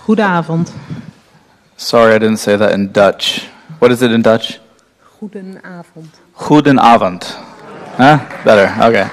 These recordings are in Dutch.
Goedenavond. Sorry, I didn't say that in Dutch. What is it in Dutch? Goedenavond. Goedenavond. Huh? Better. Okay.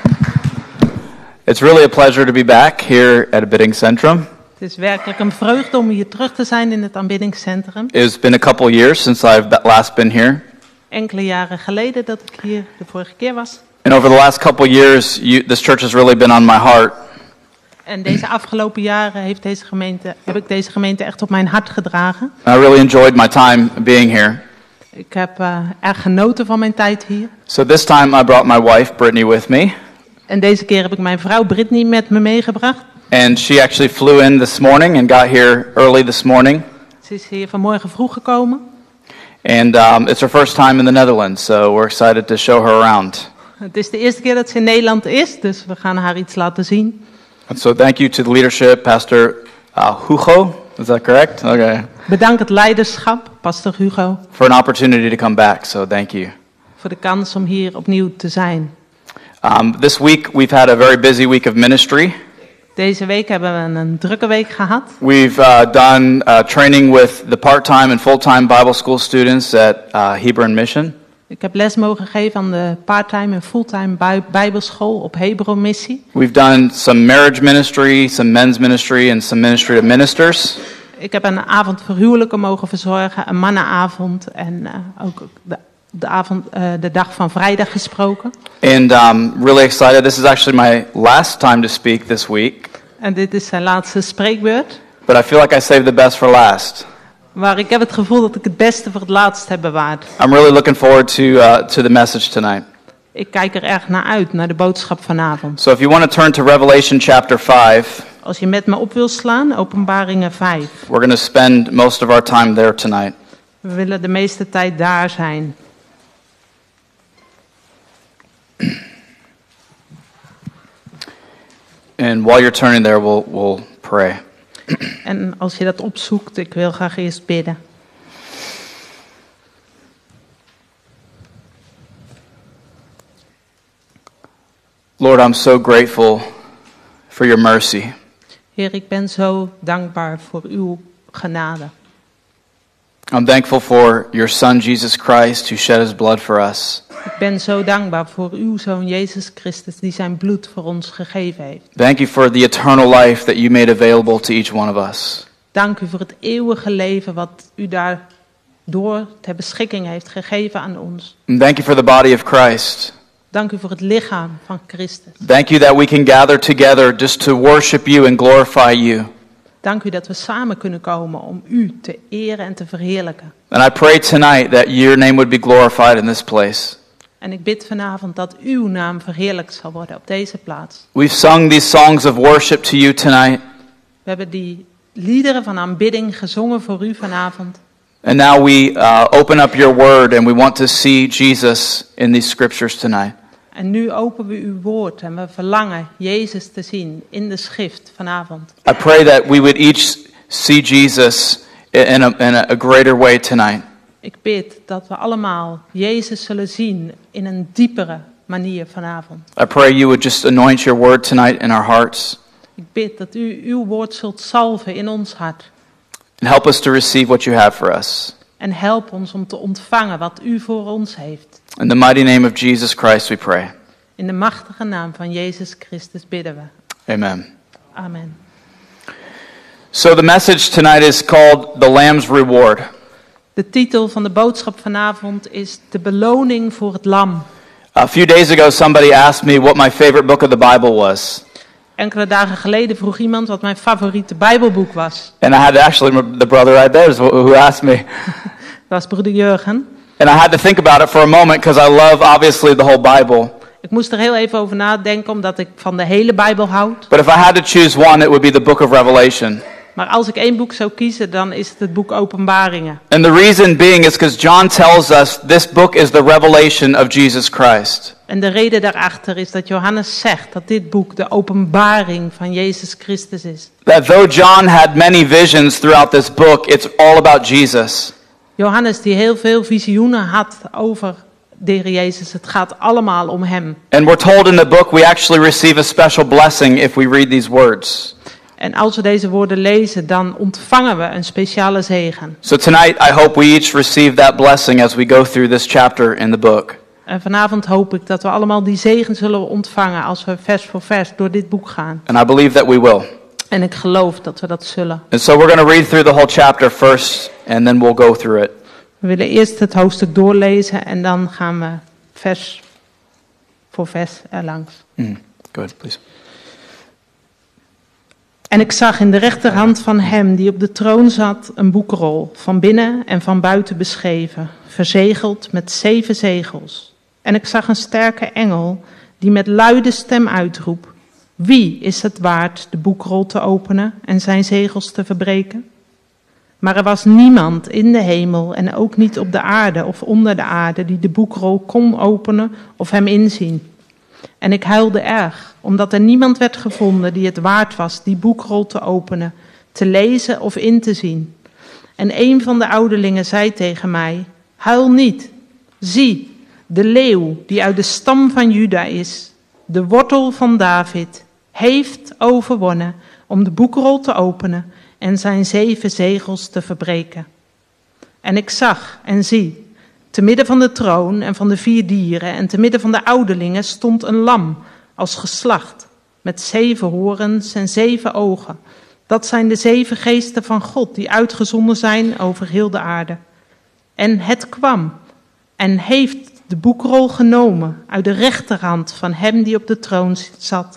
It's really a pleasure to be back here at Aanbiddingscentrum. Het is werkelijk een vreugde om hier terug te zijn in het aanbiddingscentrum. It's been a couple years since I've last been here. Enkele jaren geleden dat ik hier de vorige keer was. And over the last couple years, this church has really been on my heart. En deze afgelopen jaren heb ik deze gemeente echt op mijn hart gedragen. I really enjoyed my time being here. Ik heb erg genoten van mijn tijd hier. So this time I brought my wife Brittany with me. En deze keer heb ik mijn vrouw Brittany met me meegebracht. And she actually flew in this morning and got here early this morning. Ze is hier vanmorgen vroeg gekomen. And it's her first time in the Netherlands, so we're excited to show her around. Het is de eerste keer dat ze in Nederland is, dus we gaan haar iets laten zien. And so thank you to the leadership, Pastor Hugo, is that correct? Okay. Bedank het leiderschap, pastor Hugo, For an opportunity to come back, so thank you. voor de kans om hier opnieuw te zijn. This week we've had a very busy week of ministry. Deze week hebben we een drukke week gehad. We've done training with the part-time and full-time Bible school students at Hebron Mission. Ik heb les mogen geven aan de part-time en fulltime bijbelschool op Hebron Missie. We've done some marriage ministry, some men's ministry, and some ministry to ministers. Ik heb een avond voor huwelijken mogen verzorgen, een mannenavond en ook de dag van vrijdag gesproken. And really excited. This is actually my last time to speak this week. En dit is zijn laatste spreekbeurt. But I feel like I saved the best for last. Maar ik heb het gevoel dat ik het beste voor het laatst heb bewaard. I'm really looking forward to the message tonight. Ik kijk er erg naar uit, naar de boodschap vanavond. So if you want to turn to Revelation chapter 5, Als je met me op wil slaan, Openbaringen 5. we're going to spend most of our time there tonight. We willen de meeste tijd daar zijn. And while you're turning there, we'll pray. En als je dat opzoekt, ik wil graag eerst bidden. Lord, I'm so grateful for your mercy. Heer, ik ben zo dankbaar voor uw genade. I'm thankful for your Son, Jesus Christ, who shed his blood for us. Ik ben zo dankbaar voor uw Zoon Jezus Christus die zijn bloed voor ons gegeven heeft. Thank you for the eternal life that you made available to each one of us. Dank u voor het eeuwige leven wat u daardoor ter beschikking heeft gegeven aan ons. And thank you for the body of Christ. Dank u voor het lichaam van Christus. Thank you that we can gather together just to worship you and glorify you. Dank u dat we samen kunnen komen om u te eren en te verheerlijken. And I pray tonight that your name would be glorified in this place. En ik bid vanavond dat uw naam verheerlijkt zal worden op deze plaats. We've sung these songs of worship to you tonight. We hebben die liederen van aanbidding gezongen voor u vanavond. And now we open up your word and we want to see Jesus in these scriptures tonight. En nu openen we uw woord en we verlangen Jezus te zien in de schrift vanavond. I pray that we would each see Jesus in a greater way tonight. Ik bid dat we allemaal Jezus zullen zien in een diepere manier vanavond. I pray you would just anoint your word tonight in our hearts. Ik bid dat u uw woord zult salven in ons hart. And help us to receive what you have for us. En help ons om te ontvangen wat u voor ons heeft. In the mighty name of Jesus Christ we pray. In de machtige naam van Jezus Christus bidden we. Amen. Amen. So the message tonight is called The Lamb's Reward. De titel van de boodschap vanavond is de beloning voor het lam. A few days ago somebody asked me what my favorite book of the Bible was. Enkele dagen geleden vroeg iemand wat mijn favoriete Bijbelboek was. And I had actually, the brother right there is who asked me. Dat was broeder Jurgen. And I had to think about it for a moment because I love obviously the whole Bible. Ik moest er heel even over nadenken omdat ik van de hele Bijbel houd. But if I had to choose one, it would be the book of Revelation. Maar als ik één boek zou kiezen, dan is het boek Openbaringen. And the reason being is because John tells us this book is the revelation of Jesus Christ. En de reden daarachter is dat Johannes zegt dat dit boek de openbaring van Jezus Christus is. That though John had many visions throughout this book, it's all about Jesus. Johannes die heel veel visioenen had over de Heer Jezus. Het gaat allemaal om hem. And we're told in the book we actually receive a special blessing if we read these words. En als we deze woorden lezen, dan ontvangen we een speciale zegen. So tonight, I hope we each receive that blessing as we go through this chapter in the book. En vanavond hoop ik dat we allemaal die zegen zullen ontvangen als we vers voor vers door dit boek gaan. And I believe that we will. En ik geloof dat we dat zullen. And so we're going to read through the whole chapter first, and then we'll go through it. We willen eerst het hoofdstuk doorlezen en dan gaan we vers voor vers erlangs. Go ahead, please. En ik zag in de rechterhand van hem die op de troon zat een boekrol, van binnen en van buiten beschreven, verzegeld met 7 zegels. En ik zag een sterke engel die met luide stem uitroep: wie is het waard de boekrol te openen en zijn zegels te verbreken? Maar er was niemand in de hemel en ook niet op de aarde of onder de aarde die de boekrol kon openen of hem inzien. En ik huilde erg, omdat er niemand werd gevonden die het waard was die boekrol te openen, te lezen of in te zien. En een van de ouderlingen zei tegen mij: huil niet. Zie, de leeuw die uit de stam van Juda is, de wortel van David, heeft overwonnen om de boekrol te openen en zijn 7 zegels te verbreken. En ik zag en zie, te midden van de troon en van de 4 dieren en te midden van de ouderlingen stond een lam als geslacht, met 7 horens en 7 ogen. Dat zijn de 7 geesten van God die uitgezonden zijn over heel de aarde. En het kwam en heeft de boekrol genomen uit de rechterhand van hem die op de troon zat.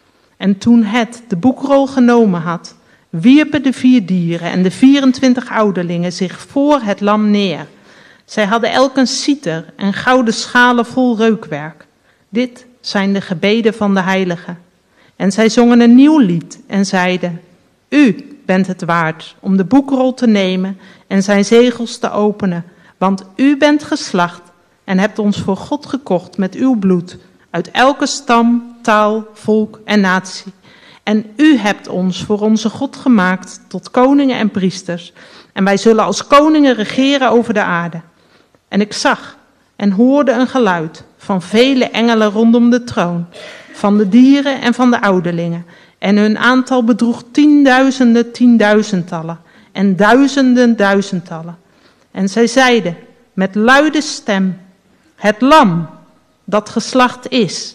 En toen het de boekrol genomen had, wierpen de 4 dieren en de 24 ouderlingen zich voor het lam neer. Zij hadden elk een citer en gouden schalen vol reukwerk. Dit zijn de gebeden van de heiligen. En zij zongen een nieuw lied en zeiden: u bent het waard om de boekrol te nemen en zijn zegels te openen, want u bent geslacht en hebt ons voor God gekocht met uw bloed, uit elke stam, taal, volk en natie. En u hebt ons voor onze God gemaakt tot koningen en priesters, en wij zullen als koningen regeren over de aarde. En ik zag en hoorde een geluid van vele engelen rondom de troon, van de dieren en van de ouderlingen. En hun aantal bedroeg 10.000 tienduizendtallen en duizenden duizendtallen. En zij zeiden met luide stem: het lam dat geslacht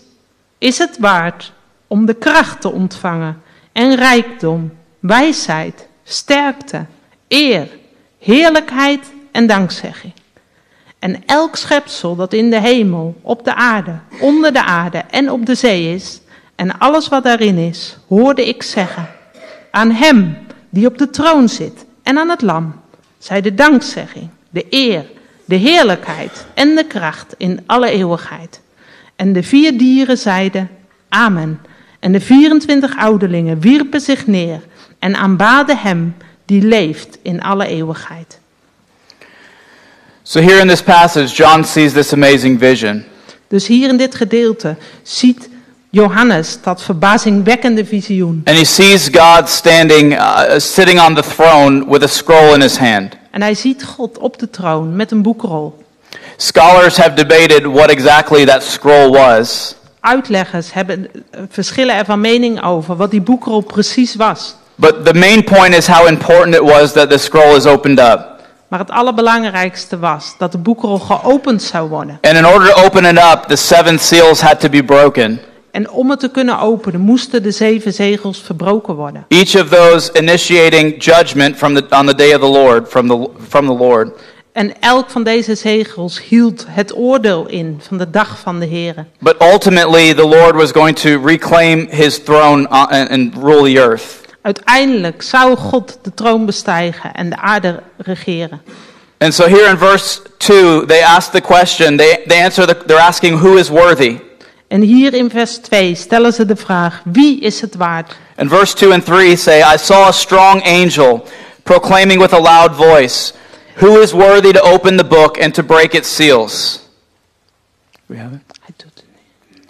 is het waard om de kracht te ontvangen en rijkdom, wijsheid, sterkte, eer, heerlijkheid en dankzegging. En elk schepsel dat in de hemel, op de aarde, onder de aarde en op de zee is, en alles wat daarin is, hoorde ik zeggen: aan hem die op de troon zit en aan het lam, zij de dankzegging, de eer, de heerlijkheid en de kracht in alle eeuwigheid. En de 4 dieren zeiden: amen. En de 24 ouderlingen wierpen zich neer en aanbaden hem die leeft in alle eeuwigheid. So here in this passage, John sees this amazing vision. Dus hier in dit gedeelte ziet Johannes dat verbazingwekkende visioen. And he sees God sitting on the throne with a scroll in his hand. En hij ziet God op de troon met een boekrol. Scholars have debated what exactly that scroll was. Uitleggers verschillen er van mening over wat die boekrol precies was. But the main point is how important it was that the scroll is opened up. Maar het allerbelangrijkste was dat de boekrol geopend zou worden. And in order to open it up, the 7 seals had to be broken. En om het te kunnen openen, moesten de 7 zegels verbroken worden. Each of those initiating judgment on the day of the Lord, from the Lord. En elk van deze zegels hield het oordeel in van de dag van de Here. But ultimately, the Lord was going to reclaim his throne and rule the earth. Uiteindelijk zou God de troon bestijgen en de aarde regeren. And so here in verse 2, they ask the question, they're asking who is worthy. En hier in vers 2 stellen ze de vraag: wie is het waard? And verse 2 and 3 say, I saw a strong angel proclaiming with a loud voice, who is worthy to open the book and to break its seals? We have it? Hij doet het niet.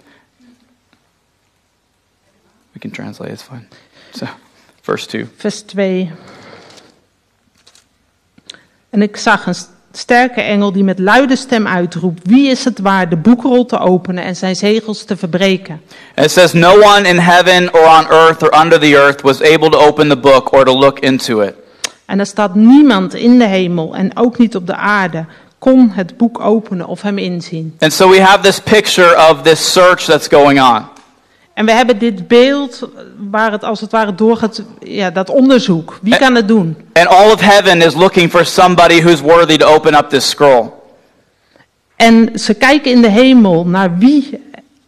We can translate, it's fine. So, verse 2. Vers 2. En ik zag sterke engel die met luide stem uitroept: wie is het waard de boekrol te openen en zijn zegels te verbreken? And it says, no one in heaven or on earth or under the earth was able to open the book or to look into it. En er staat: niemand in de hemel en ook niet op de aarde kon het boek openen of hem inzien. And so we have this picture of this search that's going on. En we hebben dit beeld waar het als het ware doorgaat, dat onderzoek. Wie kan het doen? And all of heaven is looking for somebody who's worthy to open up this scroll. En ze kijken in de hemel naar wie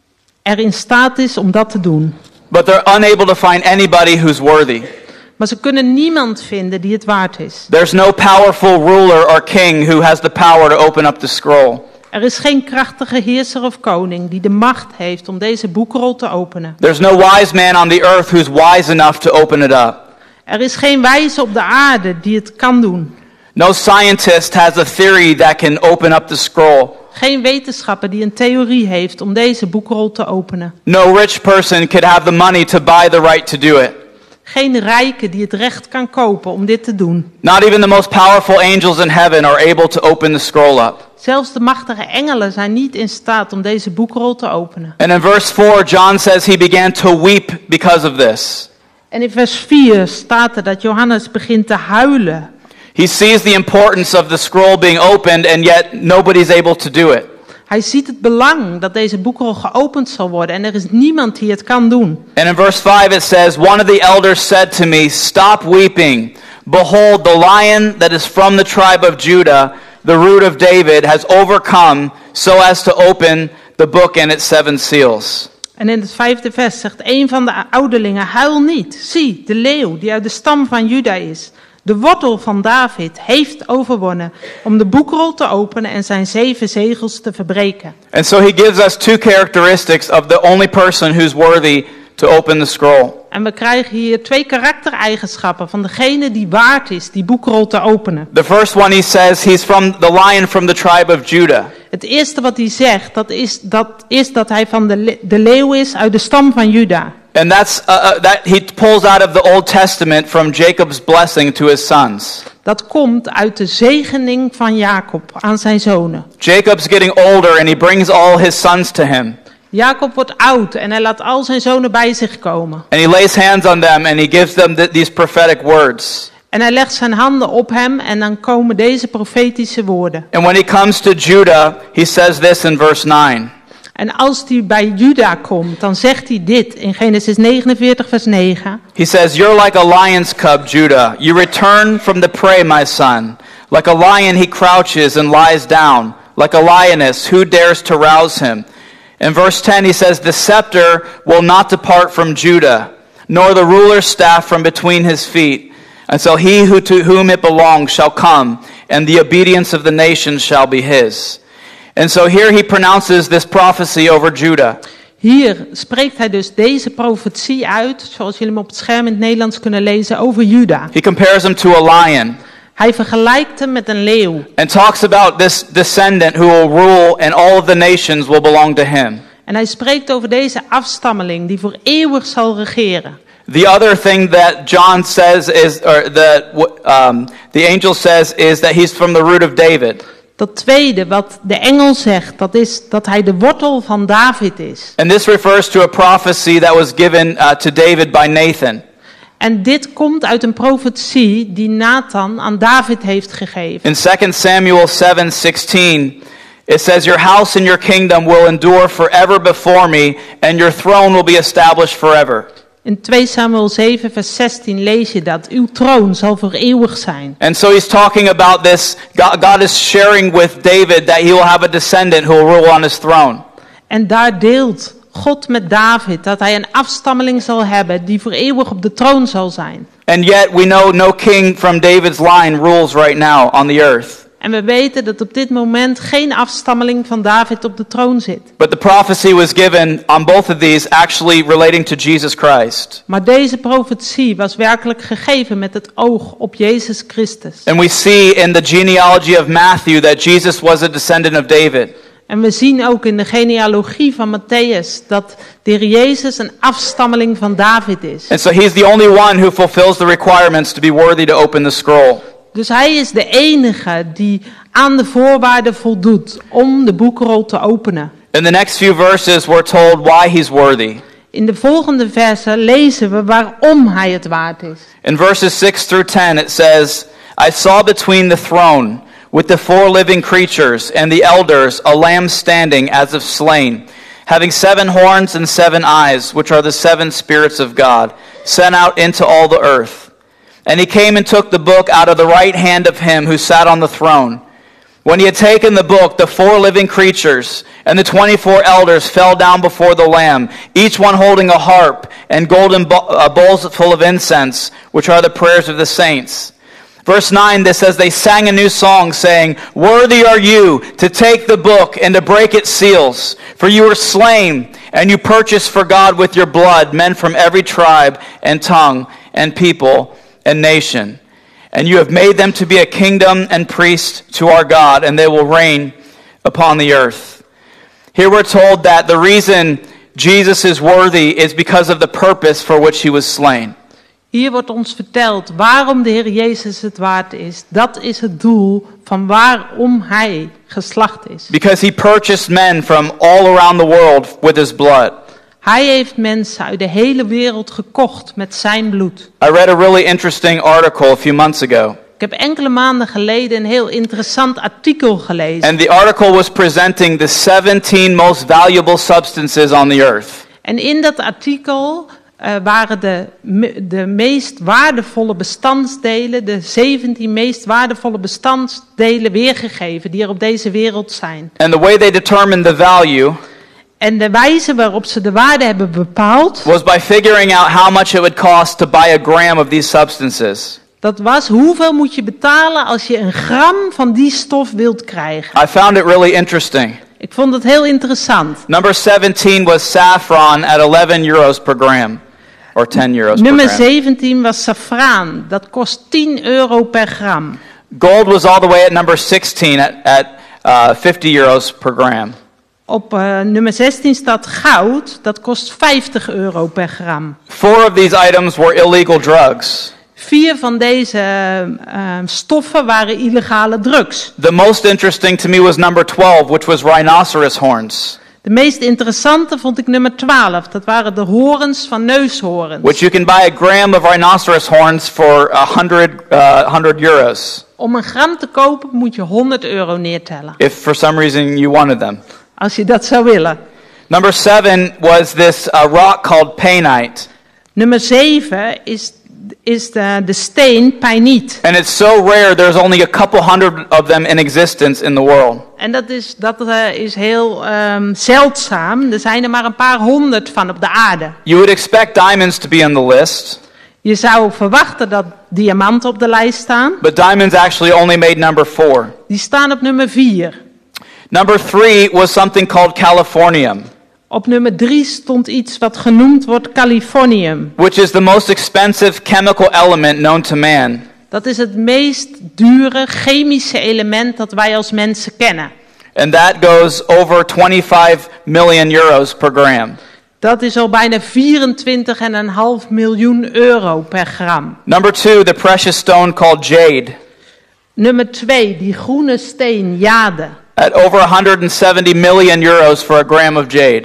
er in staat is om dat te doen. But they're unable to find anybody who's worthy. Maar ze kunnen niemand vinden die het waard is. There's no powerful ruler or king who has the power to open up the scroll. Er is geen krachtige heerser of koning die de macht heeft om deze boekrol te openen. There's no wise man on the earth who's wise enough to open it up. Er is geen wijze op de aarde die het kan doen. No scientist has a theory that can open up the scroll. Geen wetenschapper die een theorie heeft om deze boekrol te openen. No rich person could have the money to buy the right to do it. Geen rijke die het recht kan kopen om dit te doen. Not even the most powerful angels in heaven are able to open the scroll up. Zelfs de machtige engelen zijn niet in staat om deze boekrol te openen. And in verse 4, John says he began to weep because of this. En in vers 4 staat er dat Johannes begint te huilen. He sees the importance of the scroll being opened and yet nobody's able to do it. Hij ziet het belang dat deze boekrol geopend zal worden en er is niemand die het kan doen. And in verse 5 it says, one of the elders said to me, stop weeping. Behold, the lion that is from the tribe of Judah, the root of David, has overcome so as to open the book and its 7 seals. En in het 5e vers zegt een van de ouderlingen: huil niet. Zie, de leeuw die uit de stam van Juda is, de wortel van David, heeft overwonnen om de boekrol te openen en zijn 7 zegels te verbreken. And so he gives us 2 characteristics of the only person who's worthy to open the scroll. En we krijgen hier 2 karaktereigenschappen van degene die waard is die boekrol te openen. The first one, he says he's from the lion from the tribe of Judah. Het eerste wat hij zegt, dat is dat hij van de leeuw is uit de stam van Juda. And that's that he pulls out of the Old Testament from Jacob's blessing to his sons. Dat komt uit de zegening van Jacob aan zijn zonen. Jacob's getting older and he brings all his sons to him. Jacob wordt oud en hij laat al zijn zonen bij zich komen. And he lays hands on them and he gives them these prophetic words. En hij legt zijn handen op hem en dan komen deze profetische woorden. And when he comes to Judah, he says this in verse 9. En als hij bij Juda komt, dan zegt hij dit in Genesis 49 vers 9. He says, you're like a lion's cub, Judah. You return from the prey, my son. Like a lion he crouches and lies down. Like a lioness, who dares to rouse him? In verse 10 he says, the scepter will not depart from Judah, nor the ruler's staff from between his feet, until he to whom it belongs shall come, and the obedience of the nations shall be his. And so here he pronounces this prophecy over Judah. Hier spreekt hij dus deze profetie uit, zoals jullie hem op het scherm in het Nederlands kunnen lezen, over Juda. He compares him to a lion. Hij vergelijkt hem met een leeuw. And talks about this descendant who will rule and all of the nations will belong to him. En hij spreekt over deze afstammeling die voor eeuwig zal regeren. The other thing that John says is, or that the angel says, is that he's from the root of David. Dat tweede wat de engel zegt, dat is dat hij de wortel van David is. And this refers to a prophecy that was given to David by Nathan. En dit komt uit een profetie die Nathan aan David heeft gegeven. In 2 Samuel 7:16, it says, your house and your kingdom will endure forever before me, and your throne will be established forever. In 2 Samuel 7 vers 16 lees je dat uw troon zal voor eeuwig zijn. And so he's talking about this, God is sharing with David that he will have a descendant who will rule on his throne. En daar deelt God met David dat hij een afstammeling zal hebben die voor eeuwig op de troon zal zijn. And yet we know no king from David's line rules right now on the earth. En we weten dat op dit moment geen afstammeling van David op de troon zit. But the prophecy was given on both of these actually relating to Jesus Christ. Maar deze profetie was werkelijk gegeven met het oog op Jezus Christus. And we see in the genealogy of Matthew that Jesus was a descendant of David. En we zien ook in de genealogie van Matthäus dat de Heer Jezus een afstammeling van David is. And so he's the only one who fulfills the requirements to be worthy to open the scroll. Dus hij is de enige die aan de voorwaarden voldoet om de boekrol te openen. In the next few verses, we're told why he's worthy. In de volgende versen lezen we waarom hij het waard is. In verses 6 through 10, it says, I saw between the throne, with the 4 living creatures and the elders, a lamb standing as if slain, having 7 horns and 7 eyes, which are the 7 spirits of God, sent out into all the earth. And he came and took the book out of the right hand of him who sat on the throne. When he had taken the book, the 4 living creatures and the 24 elders fell down before the Lamb, each one holding a harp and golden bowls full of incense, which are the prayers of the saints. Verse 9, this says, they sang a new song, saying, Worthy are you to take the book and to break its seals, for you were slain, and you purchased for God with your blood men from every tribe and tongue and people and nation. And you have made them to be a kingdom and priests to our God, and they will reign upon the earth. Here we're told that the reason Jesus is worthy is because of the purpose for which he was slain. Hier wordt ons verteld waarom de Heer Jezus het waard is. Dat is het doel van waarom hij geslacht is. Because he purchased men from all around the world with his blood. Hij heeft mensen uit de hele wereld gekocht met zijn bloed. I read a really interesting article a few months ago. Ik heb enkele maanden geleden een heel interessant artikel gelezen. And the article was presenting the 17 most valuable substances on the earth. En in dat artikel waren de meest waardevolle bestandsdelen, de 17 meest waardevolle bestandsdelen weergegeven die er op deze wereld zijn. And the way they determined the value En de wijze waarop ze de waarde hebben bepaald, was by figuring out how much it would cost to buy a gram of these substances. dat was hoeveel moet je betalen als je een gram van die stof wilt krijgen. I found it really interesting. Ik vond het heel interessant. Number 17 was saffron at 11 euros per gram. Or 10 euros per Nummer gram. 17 was safraan. Dat kost 10 euro per gram. Gold was all the way at number 16 at 50 euros per gram. Op nummer 16 staat goud. Dat kost 50 euro per gram. 4 of these items were illegal drugs. 4 van deze stoffen waren illegale drugs. The most interesting to me was number 12, which was rhinoceros horns. De meest interessante vond ik nummer 12. Dat waren de horens van neushoorns. Which you can buy a gram of rhinoceros horns for 100 euros. Om een gram te kopen moet je 100 euro neertellen. If for some reason you wanted them. Als je dat zou willen. Number 7 was this rock called painite. Nummer 7 is de steen painiet. And it's so rare, there's only a couple hundred of them in existence in the world. En dat is heel zeldzaam. Er zijn er maar een paar honderd van op de aarde. You would expect diamonds to be on the list. Je zou verwachten dat diamanten op de lijst staan. But diamonds actually only made number 4. Die staan op nummer 4. Number 3 was something called californium. Op nummer 3 stond iets wat genoemd wordt californium. Which is the most expensive chemical element known to man. Dat is het meest dure chemische element dat wij als mensen kennen. And that goes over 25 million euros per gram. Dat is al bijna 24,5 miljoen euro per gram. Number 2, the precious stone called jade. Nummer 2, die groene steen, jade. At over 170 million euros for a gram of jade.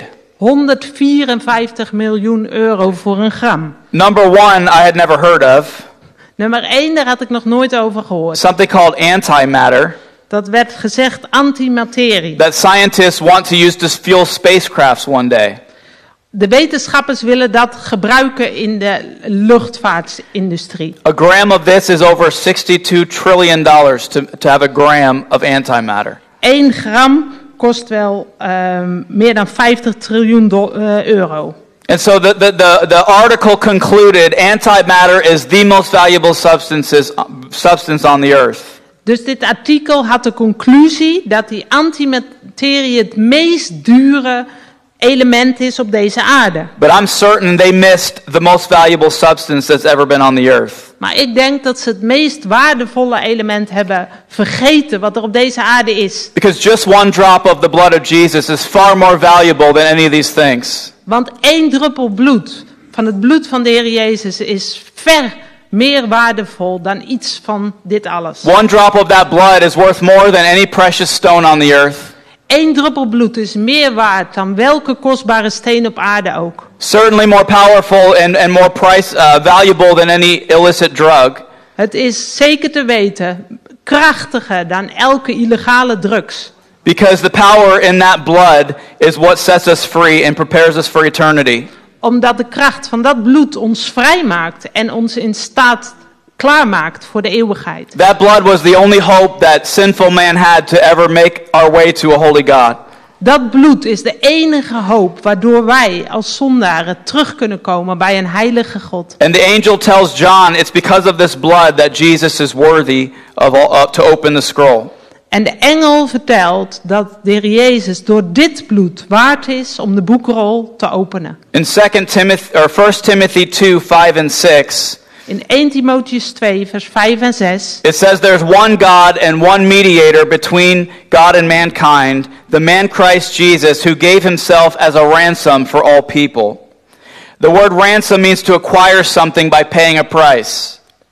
154 miljoen euro voor een gram. Number 1, I had never heard of. Nummer 1, daar had ik nog nooit over gehoord. Something called antimatter. Dat werd gezegd antimaterie. That scientists want to use to fuel spacecrafts one day. De wetenschappers willen dat gebruiken in de luchtvaartindustrie. A gram of this is over $62 trillion to have a gram of antimatter. 1 gram kost wel meer dan 50 triljoen euro. And so the article concluded antimatter is the most valuable substance on the earth. Dus dit artikel had de conclusie dat die antimaterie het meest dure element is op deze aarde. But I'm certain they missed the most valuable substance that's ever been on the earth. Maar ik denk dat ze het meest waardevolle element hebben vergeten wat er op deze aarde is. Because just one drop of the blood of Jesus is far more valuable than any of these things. Want 1 druppel bloed van het bloed van de Heer Jezus is ver meer waardevol dan iets van dit alles. One drop of that blood is worth more than any precious stone on the earth. 1 druppel bloed is meer waard dan welke kostbare steen op aarde ook. Certainly more powerful and more valuable than any illicit drug. Het is zeker te weten krachtiger dan elke illegale drugs. Because the power in that blood is what sets us free and prepares us for eternity. Omdat de kracht van dat bloed ons vrijmaakt en ons in staat klaarmaakt voor de eeuwigheid. That blood was the only hope that sinful man had to ever make our way to a holy God. Dat bloed is de enige hoop waardoor wij als zondaren terug kunnen komen bij een heilige God. And the angel tells John it's because of this blood that Jesus is worthy to open the scroll. En de engel vertelt dat de Heer Jezus door dit bloed waard is om de boekrol te openen. In 1 Timothy 2, 5 and 6, In 1 Timotheus 2 vers 5 en 6. it says there's one God and one mediator between God and mankind, the man Christ Jesus, who gave himself as a ransom for all people. The word ransom means to acquire something by paying a price.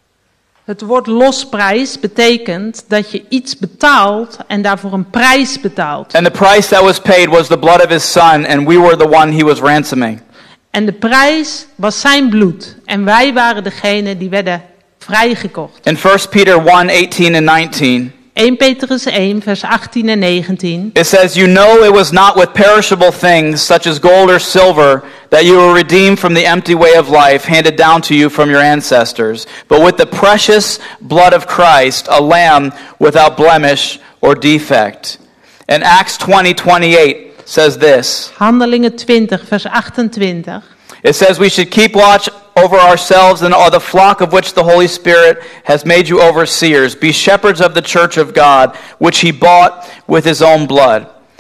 Het woord losprijs betekent dat je iets betaalt en daarvoor een prijs betaalt. And the price that was paid was the blood of his son, and we were the one he was ransoming. En de prijs was zijn bloed. En wij waren degene die werden vrijgekocht. In 1 Peter 1, 18 and 19, 1 Petrus 1 vers 18 en 19. it says, you know it was not with perishable things, such as gold or silver, that you were redeemed from the empty way of life handed down to you from your ancestors, but with the precious blood of Christ, a lamb without blemish or defect. And Acts 20:28 says this. Handelingen 20 vers 28. It says we should keep watch over ourselves and all the flock of which the Holy Spirit has made you overseers. Be shepherds of the church of God, which he bought with his own blood.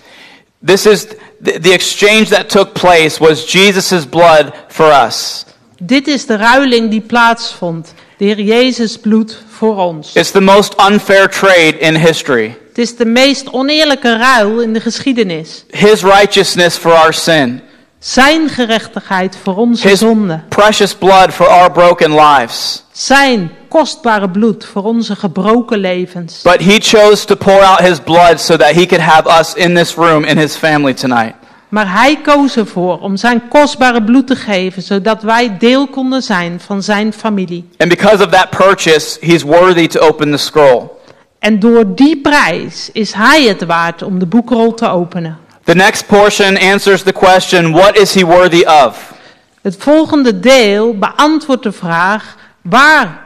This is the exchange that took place was Jesus' blood for us. Dit is de ruiling die plaatsvond. De Heer Jezus bloed voor ons. It's the most unfair trade in history. Het is de meest oneerlijke ruil in de geschiedenis. His righteousness for our sin. Zijn gerechtigheid voor onze His zonde. precious blood for our broken lives. Zijn kostbare bloed voor onze gebroken levens. But he chose to pour out his blood so that he could have us in this room in his family tonight. Maar hij koos ervoor om zijn kostbare bloed te geven, zodat wij deel konden zijn van zijn familie. And because of that purchase, he's worthy to open the scroll. En door die prijs is hij het waard om de boekrol te openen. The next portion answers the question, what is he worthy of? Het volgende deel beantwoordt de vraag, waar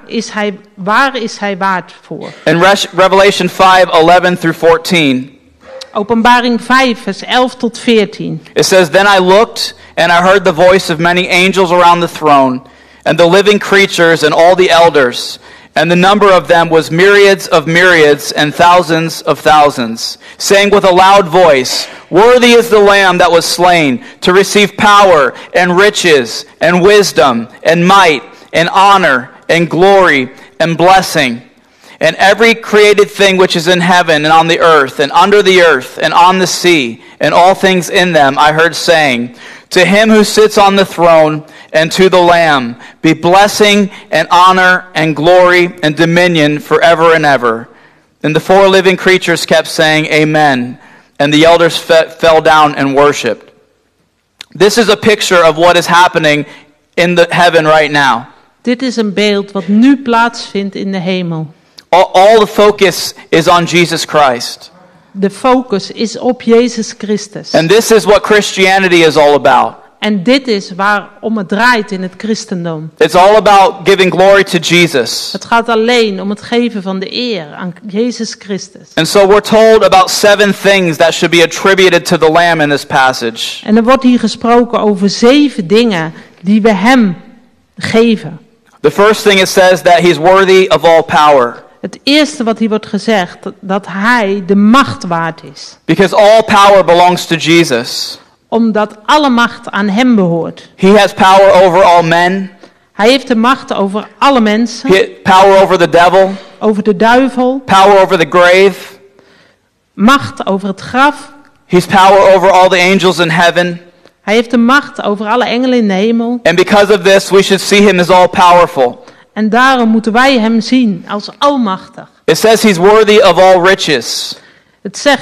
is hij waard voor? In Revelation 5:11-14, Openbaring 5 vers 11 tot 14. it says, Then I looked, and I heard the voice of many angels around the throne, and the living creatures and all the elders, and the number of them was myriads of myriads and thousands of thousands, saying with a loud voice, Worthy is the Lamb that was slain, to receive power and riches and wisdom and might and honor and glory and blessing. And every created thing which is in heaven and on the earth and under the earth and on the sea and all things in them I heard saying, To him who sits on the throne and to the Lamb be blessing and honor and glory and dominion forever and ever. And the four living creatures kept saying, Amen. And the elders fell down and worshipped. This is a picture of what is happening in the heaven right now. Dit is een beeld wat nu plaatsvindt in de hemel. All the focus is on Jesus Christ. De focus is op Jezus Christus. And this is what Christianity is all about. En dit is waarom het draait in het christendom. It's all about giving glory to Jesus. Het gaat alleen om het geven van de eer aan Jezus Christus. And so we're told about 7 things that should be attributed to the Lamb in this passage. En er wordt hier gesproken over 7 dingen die we hem geven. The first thing it says that he's worthy of all power. Het eerste wat hier wordt gezegd, dat hij de macht waard is. Because all power belongs to Jesus. Omdat alle macht aan hem behoort. He has power over all men. Hij heeft de macht over alle mensen. He power over the devil. Over de duivel. Power over the grave. Macht over het graf. He's power over all the angels in heaven. Hij heeft de macht over alle engelen in de hemel. And because of this, we should see him as all powerful. En daarom moeten wij hem zien als almachtig. It says he's worthy of all riches. Het zegt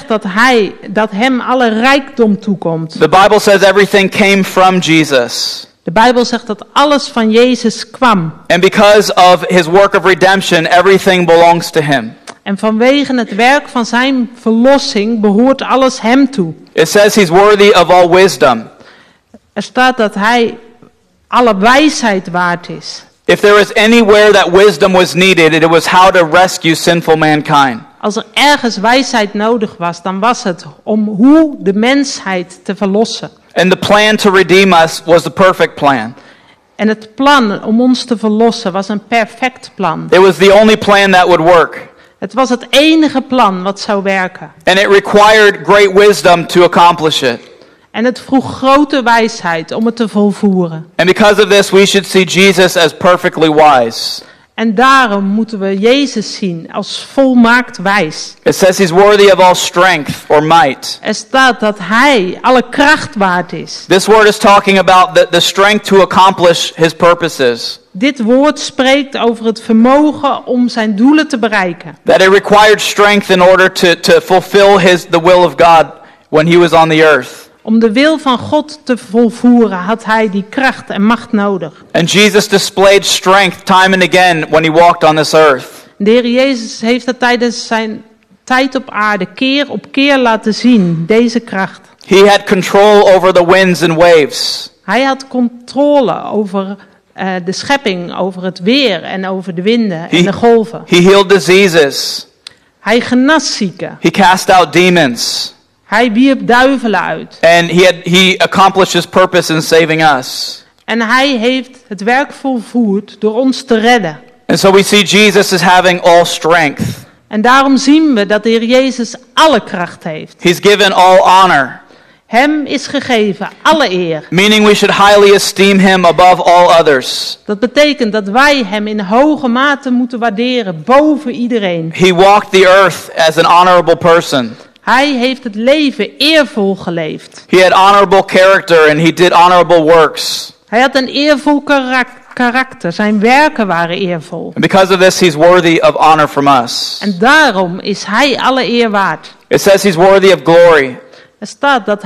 dat hem alle rijkdom toekomt. The Bible says everything came from Jesus. De Bijbel zegt dat alles van Jezus kwam. And because of his work of redemption, everything belongs to him. En vanwege het werk van zijn verlossing behoort alles hem toe. It says he's worthy of all wisdom. Er staat dat hij alle wijsheid waard is. If there was anywhere that wisdom was needed, it was how to rescue sinful mankind. Als er ergens wijsheid nodig was, dan was het om hoe de mensheid te verlossen. And the plan to redeem us was the perfect plan. En het plan om ons te verlossen was een perfect plan. It was the only plan that would work. Het was het enige plan wat zou werken. And it required great wisdom to accomplish it. En het vroeg grote wijsheid om het te volvoeren. And because of this, we should see Jesus as perfectly wise. En daarom moeten we Jezus zien als volmaakt wijs. It says he's worthy of all strength or might. Er staat dat hij alle kracht waard is. This word is talking about the strength to accomplish his purposes. Dit woord spreekt over het vermogen om zijn doelen te bereiken. That it required strength in order to fulfill the will of God when he was on the earth. Om de wil van God te volvoeren had hij die kracht en macht nodig. And Jesus displayed strength time and again when he walked on this earth. De Heer Jezus heeft dat tijdens zijn tijd op aarde keer op keer laten zien, deze kracht. He had control over the winds and waves. Hij had controle over de schepping, over het weer en over de winden en de golven. He healed diseases. Hij genas zieken. He cast out demons. Hij wierp duivelen uit. And he accomplished his purpose in saving us. En hij heeft het werk volvoerd door ons te redden. And so we see Jesus as having all strength. En daarom zien we dat de Heer Jezus alle kracht heeft. He's given all honor. Hem is gegeven alle eer. Meaning we should highly esteem him above all others. Dat betekent dat wij hem in hoge mate moeten waarderen boven iedereen. He walked the earth as an honorable person. Hij heeft het leven eervol geleefd. He had honorable character and he did honorable works. Hij had een eervol karakter. Zijn werken waren eervol. And because of this, he's worthy of honor from us. En daarom is hij alle eer waard. It says he's worthy of glory. Er staat dat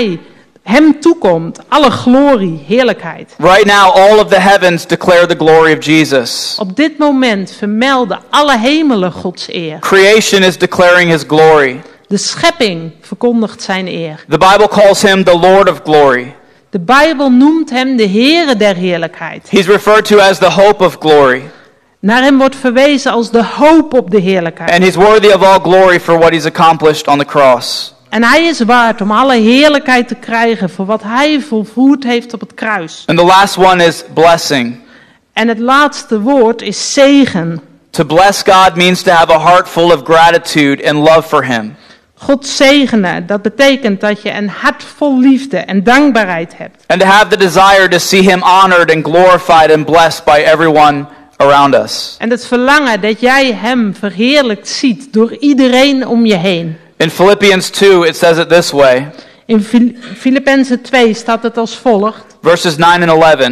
hem toekomt alle glorie, heerlijkheid. Right now, all of the heavens declare the glory of Jesus. Op dit moment vermelden alle hemelen Gods eer. Creation is declaring his glory. De schepping verkondigt zijn eer. The Bible calls him the Lord of glory. De Bijbel noemt hem de Heere der heerlijkheid. He's referred to as the hope of glory. Naar hem wordt verwezen als de hoop op de heerlijkheid. And he's worthy of all glory for what he's accomplished on the cross. En hij is waard om alle heerlijkheid te krijgen voor wat hij volvoerd heeft op het kruis. And the last one is blessing. En het laatste woord is zegen. To bless God means to have a heart full of gratitude and love for him. God zegenen, dat betekent dat je een hart vol liefde en dankbaarheid hebt. And to have the desire to see him honored and glorified and blessed by everyone around us. En het verlangen dat jij hem verheerlijkt ziet door iedereen om je heen. In Philippians 2, it says it this way. In Filippenzen 2 staat het als volgt. Verses 9 and 11.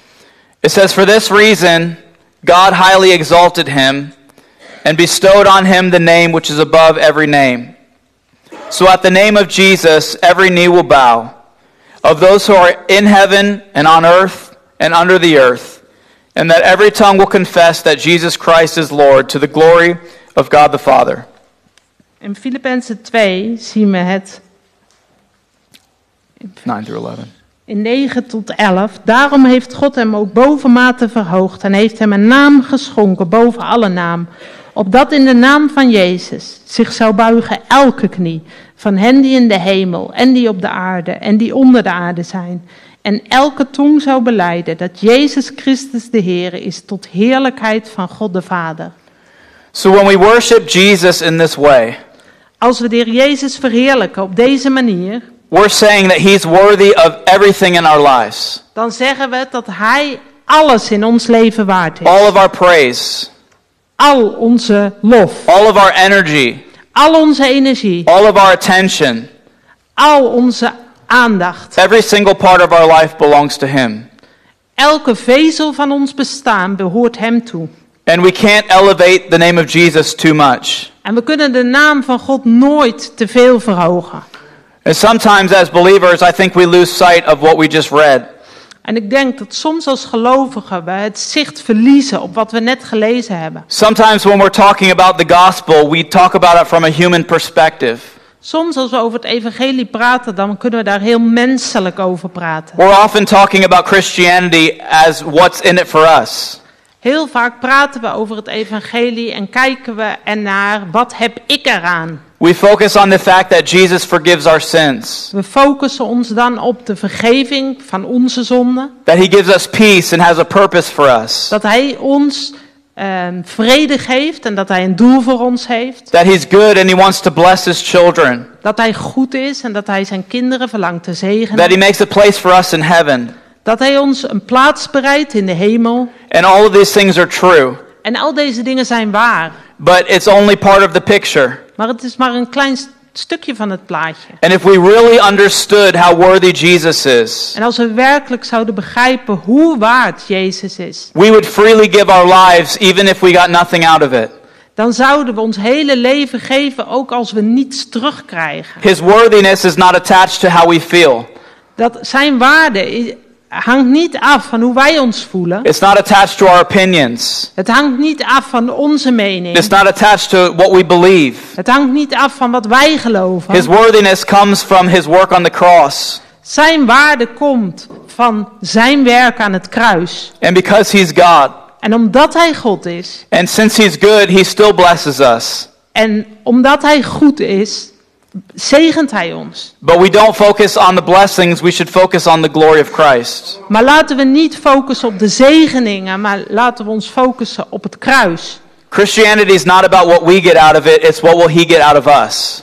It says, "For this reason, God highly exalted him and bestowed on him the name which is above every name. So at the name of Jesus, every knee will bow, of those who are in heaven and on earth and under the earth, and that every tongue will confess that Jesus Christ is Lord, to the glory of God the Father." In Filippenzen 2 zien we het 9 through 11. in 9 tot 11. Daarom heeft God hem ook bovenmate verhoogd en heeft hem een naam geschonken boven alle naam. Opdat in de naam van Jezus zich zou buigen elke knie van hen die in de hemel en die op de aarde en die onder de aarde zijn. En elke tong zou belijden dat Jezus Christus de Heer is tot heerlijkheid van God de Vader. So when we worship Jesus in this way, Als we de Heer Jezus verheerlijken op deze manier, we're saying that he's worthy of everything in our lives. dan zeggen we dat hij alles in ons leven waard is. All of our praise, Al onze lof, all of our energy, al onze energie, all of our attention, al onze aandacht. every single part of our life belongs to him. Elke vezel van ons bestaan behoort hem toe. And we can't elevate the name of Jesus too much. En we kunnen de naam van God nooit te veel verhogen. And sometimes as believers, I think we lose sight of what we just read. En ik denk dat soms als gelovigen we het zicht verliezen op wat we net gelezen hebben. Sometimes when we're talking about the gospel, we talk about it from a human perspective. Soms als we over het evangelie praten, dan kunnen we daar heel menselijk over praten. We're often talking about Christianity as what's in it for us. Heel vaak praten we over het evangelie en kijken we ernaar, wat heb ik eraan? We focus on the fact that Jesus forgives our sins. We focussen ons dan op de vergeving van onze zonden. That he gives us peace and has a purpose for us. Dat hij ons vrede geeft en dat hij een doel voor ons heeft. That he's good and he wants to bless his children. Dat hij goed is en dat hij zijn kinderen verlangt te zegenen. That he makes a place for us in heaven. Dat hij ons een plaats bereidt in de hemel. And all of these things are true. En al deze dingen zijn waar. But it's only part of the picture. Maar het is maar een klein stukje van het plaatje. And if we really understood how worthy Jesus is, En als we werkelijk zouden begrijpen hoe waard Jezus is, we would freely give our lives even if we got nothing out of it. dan zouden we ons hele leven geven ook als we niets terugkrijgen. His worthiness is not attached to how we feel. Dat zijn waarde hangt niet af van hoe wij ons voelen. It's not attached to our opinions. Het hangt niet af van onze mening. It's not attached to what we believe. Het hangt niet af van wat wij geloven. His worthiness comes from his work on the cross. Zijn waarde komt van zijn werk aan het kruis. And because he's God, En omdat hij God is, and since he's good, he still blesses us. en omdat hij goed is, zegent hij ons. But we don't focus on the blessings, we should focus on the glory of Christ. Maar laten we niet focussen op de zegeningen, maar laten we ons focussen op het kruis. Christianity is not about what we get out of it, it's what will he get out of us.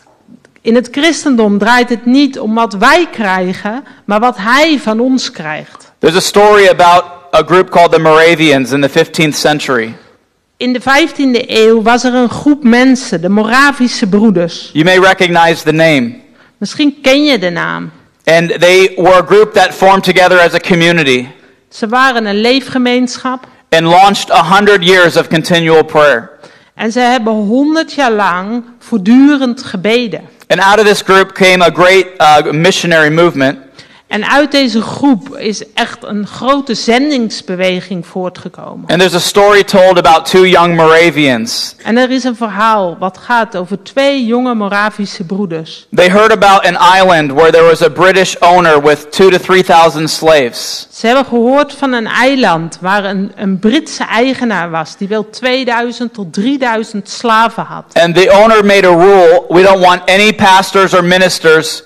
In het christendom draait het niet om wat wij krijgen, maar wat hij van ons krijgt. There's a story about a group called the Moravians in the 15th century. In de 15e eeuw was er een groep mensen, de Moravische broeders. You may recognize the name. Misschien ken je de naam. And they were a group that formed together as a community Ze waren een leefgemeenschap and launched 100 years of continual prayer. en ze hebben 100 jaar lang voortdurend gebeden. And out of this group came a great missionary movement. En uit deze groep is echt een grote zendingsbeweging voortgekomen. And there's a story told about two young Moravians. En er is een verhaal wat gaat over 2 jonge Moravische broeders. They heard about an island where there was a British owner with 2,000 to 3,000 slaves. Ze hebben gehoord van een eiland waar een Britse eigenaar was die wel 2000 tot 3000 slaven had. And the owner made a rule: we don't want any pastors or ministers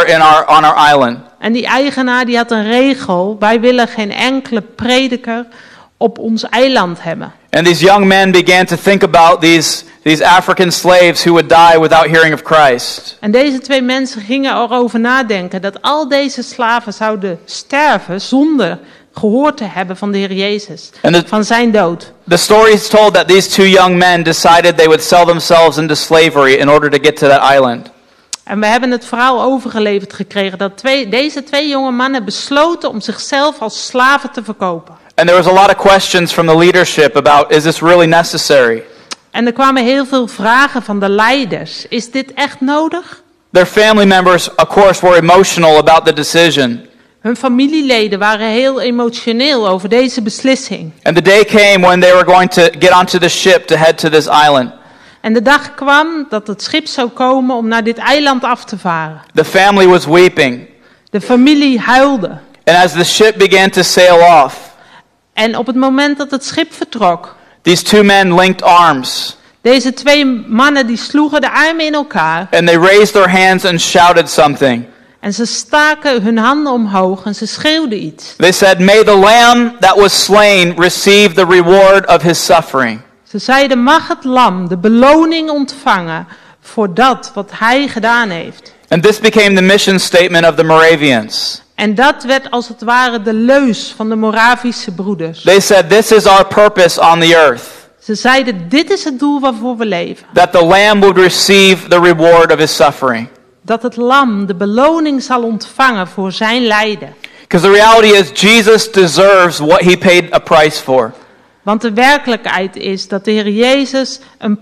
on our island. En die eigenaar die had een regel: wij willen geen enkele prediker op ons eiland hebben. And these young men began to think about these African slaves who would die without hearing of Christ. En deze 2 mensen gingen erover nadenken dat al deze slaven zouden sterven zonder gehoord te hebben van de Heer Jezus, van zijn dood. The story is told that these two young men decided they would sell themselves into slavery in order to get to that island. En we hebben het verhaal overgeleverd gekregen dat deze 2 jonge mannen besloten om zichzelf als slaven te verkopen. And there was a lot of questions from the leadership about, is this really necessary? En er kwamen heel veel vragen van de leiders. Is dit echt nodig? Their family members, of course, were emotional about the decision. Hun familieleden waren heel emotioneel over deze beslissing. And the day came when they were going to get onto the ship to head to this island. En de dag kwam dat het schip zou komen om naar dit eiland af te varen. The family was weeping. De familie huilde. And as the ship began to sail off, En op het moment dat het schip vertrok, these two men linked arms. deze 2 mannen die sloegen de armen in elkaar. And they raised their hands and shouted something. En ze staken hun handen omhoog en ze schreeuwden iets. They said, "May the lamb that was slain receive the reward of his suffering." Ze zeiden, mag het lam de beloning ontvangen voor dat wat hij gedaan heeft. And this became the mission statement of the Moravians. En dat werd als het ware de leus van de Moravische broeders. They said, "This is our purpose on the earth. Ze zeiden, dit is het doel waarvoor we leven. That the lamb would receive the reward of his suffering." Dat het lam de beloning zal ontvangen voor zijn lijden. Because the reality is Jesus deserves what he paid a price for. Want de werkelijkheid is dat de Heer Jezus een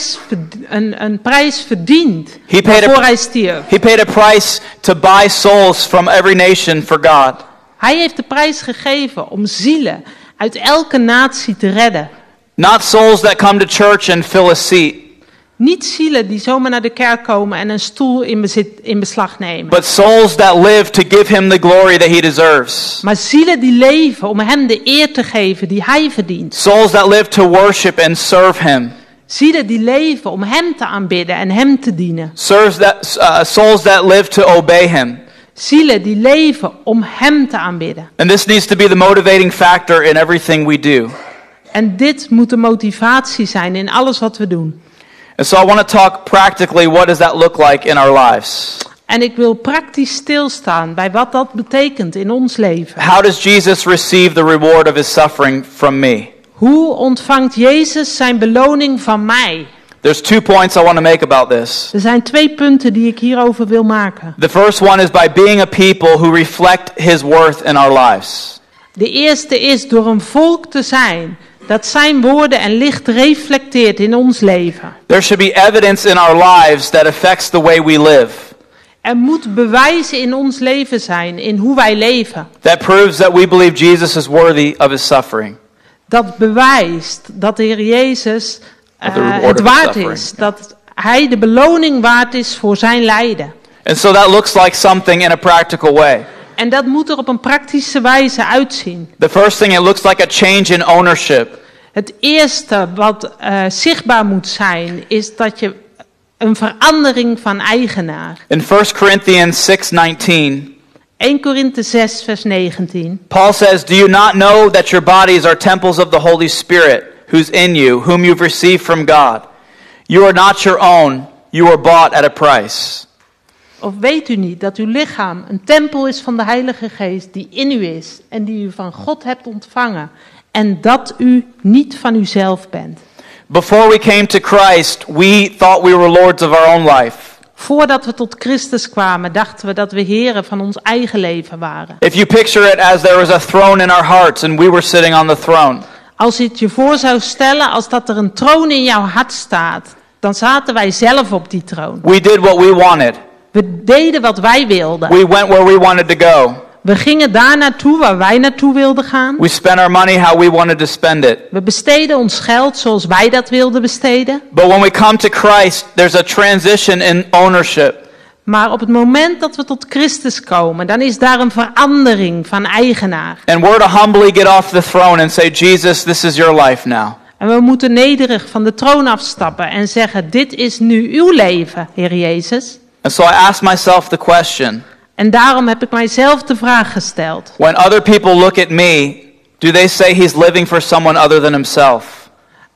prijs verdient waarvoor hij stierf. He paid a price to buy souls from every nation for God. Hij heeft de prijs gegeven om zielen uit elke natie te redden. Not souls that come to church and fill a seat. Niet zielen die zomaar naar de kerk komen en een stoel in beslag nemen. But souls that live to give him the glory that he deserves. Maar zielen die leven om hem de eer te geven die hij verdient. Souls that live to worship and serve him. Zielen die leven om hem te aanbidden en hem te dienen. Souls that live to obey him. Zielen die leven om hem te aanbidden. And this needs to be the motivating factor in everything we do. En dit moet de motivatie zijn in alles wat we doen. And so I want to talk practically, what does that look like in our lives? En ik wil praktisch stilstaan bij wat dat betekent in ons leven. How does Jesus receive the reward of his suffering from me? Hoe ontvangt Jezus zijn beloning van mij? There's 2 points I want to make about this. Er zijn 2 punten die ik hierover wil maken. The first one is by being a people who reflect his worth in our lives. De eerste is door een volk te zijn dat zijn woorden en licht reflecteert in ons leven. There should be evidence in our lives that affects the way we live. Er moet bewijzen in ons leven zijn, in hoe wij leven. That proves that we believe Jesus is worthy of his suffering. Dat bewijst dat de Heer Jezus het waard is. Dat hij de beloning waard is voor zijn lijden. And so that looks like something in a practical way. En dat moet er op een praktische wijze uitzien. The first thing, it looks like a change in ownership. Het eerste wat zichtbaar moet zijn, is dat je een verandering van eigenaar. In 1 Corinthians 6:19, 1 Korinthe 6 vers 19. Paul says, "Do you not know that your bodies are temples of the Holy Spirit, who's in you, whom you've received from God? You are not your own, you were bought at a price." Of weet u niet dat uw lichaam een tempel is van de Heilige Geest die in u is en die u van God hebt ontvangen en dat u niet van uzelf bent? Before we came to Christ, we thought we were lords of our own life. Voordat we tot Christus kwamen, dachten we dat we heren van ons eigen leven waren. If you picture it as there was a throne in our hearts and we were sitting on the throne. Als je het je voor zou stellen als dat er een troon in jouw hart staat, dan zaten wij zelf op die troon. We did what we wanted. We deden wat wij wilden. We went where we wanted to go. We gingen daar naartoe waar wij naartoe wilden gaan. We spent our money how we wanted to spend it. We besteden ons geld zoals wij dat wilden besteden. But when we come to Christ, there's a transition in ownership. Maar op het moment dat we tot Christus komen, dan is daar een verandering van eigenaar. And we're to humbly get off the throne and say, "Jesus, this is your life now." En we moeten nederig van de troon afstappen en zeggen, dit is nu uw leven, Heer Jezus. And so I asked myself the question. En daarom heb ik mijzelf de vraag gesteld. When other people look at me, do they say he's living for someone other than himself?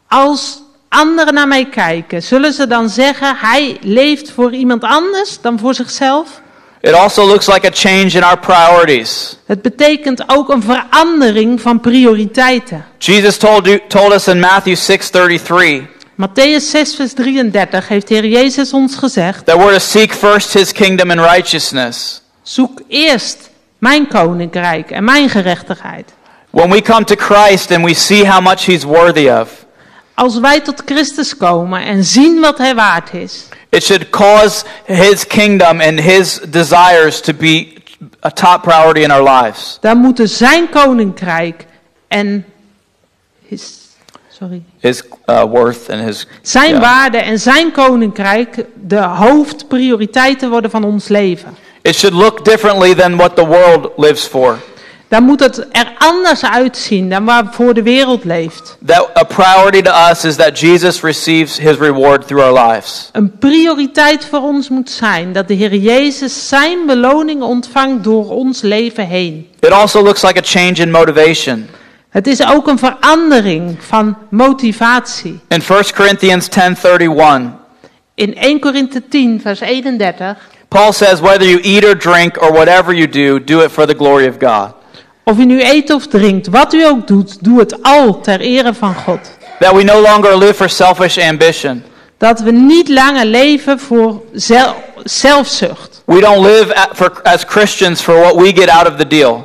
Als anderen naar mij kijken, zullen ze dan zeggen, hij leeft voor iemand anders dan voor zichzelf? It also looks like a change in our priorities. Het betekent ook een verandering van prioriteiten. Jesus told us in Matthew 6:33. Mattheüs 6 vers 33 heeft de Heer Jezus ons gezegd. That we're to seek first his kingdom and righteousness. Zoek eerst mijn koninkrijk en mijn gerechtigheid. When we come to Christ and we see how much he's worthy of. Als wij tot Christus komen en zien wat hij waard is. It should cause his kingdom and his desires to be a top priority in our lives. Dan moeten zijn koninkrijk en his worth and his zijn waarde en zijn koninkrijk de hoofdprioriteiten worden van ons leven. It should look differently than what the world lives for. Dan moet het er anders uitzien dan waarvoor de wereld leeft. That a priority to us is that Jesus receives his reward through our lives. Een prioriteit voor ons moet zijn dat de Heer Jezus zijn beloning ontvangt door ons leven heen. It also looks like a change in motivation. Het is ook een verandering van motivatie. In 1 Corinthians 10:31. In 1 Korinthe 10 vers 31. Paul says, "Whether you eat or drink or whatever you do it for the glory of God." Of u nu eet of drinkt, wat u ook doet, doe het al ter ere van God. That we no longer live for selfish ambition. Dat we niet langer leven voor zelfzucht. We don't live as Christians for what we get out of the deal.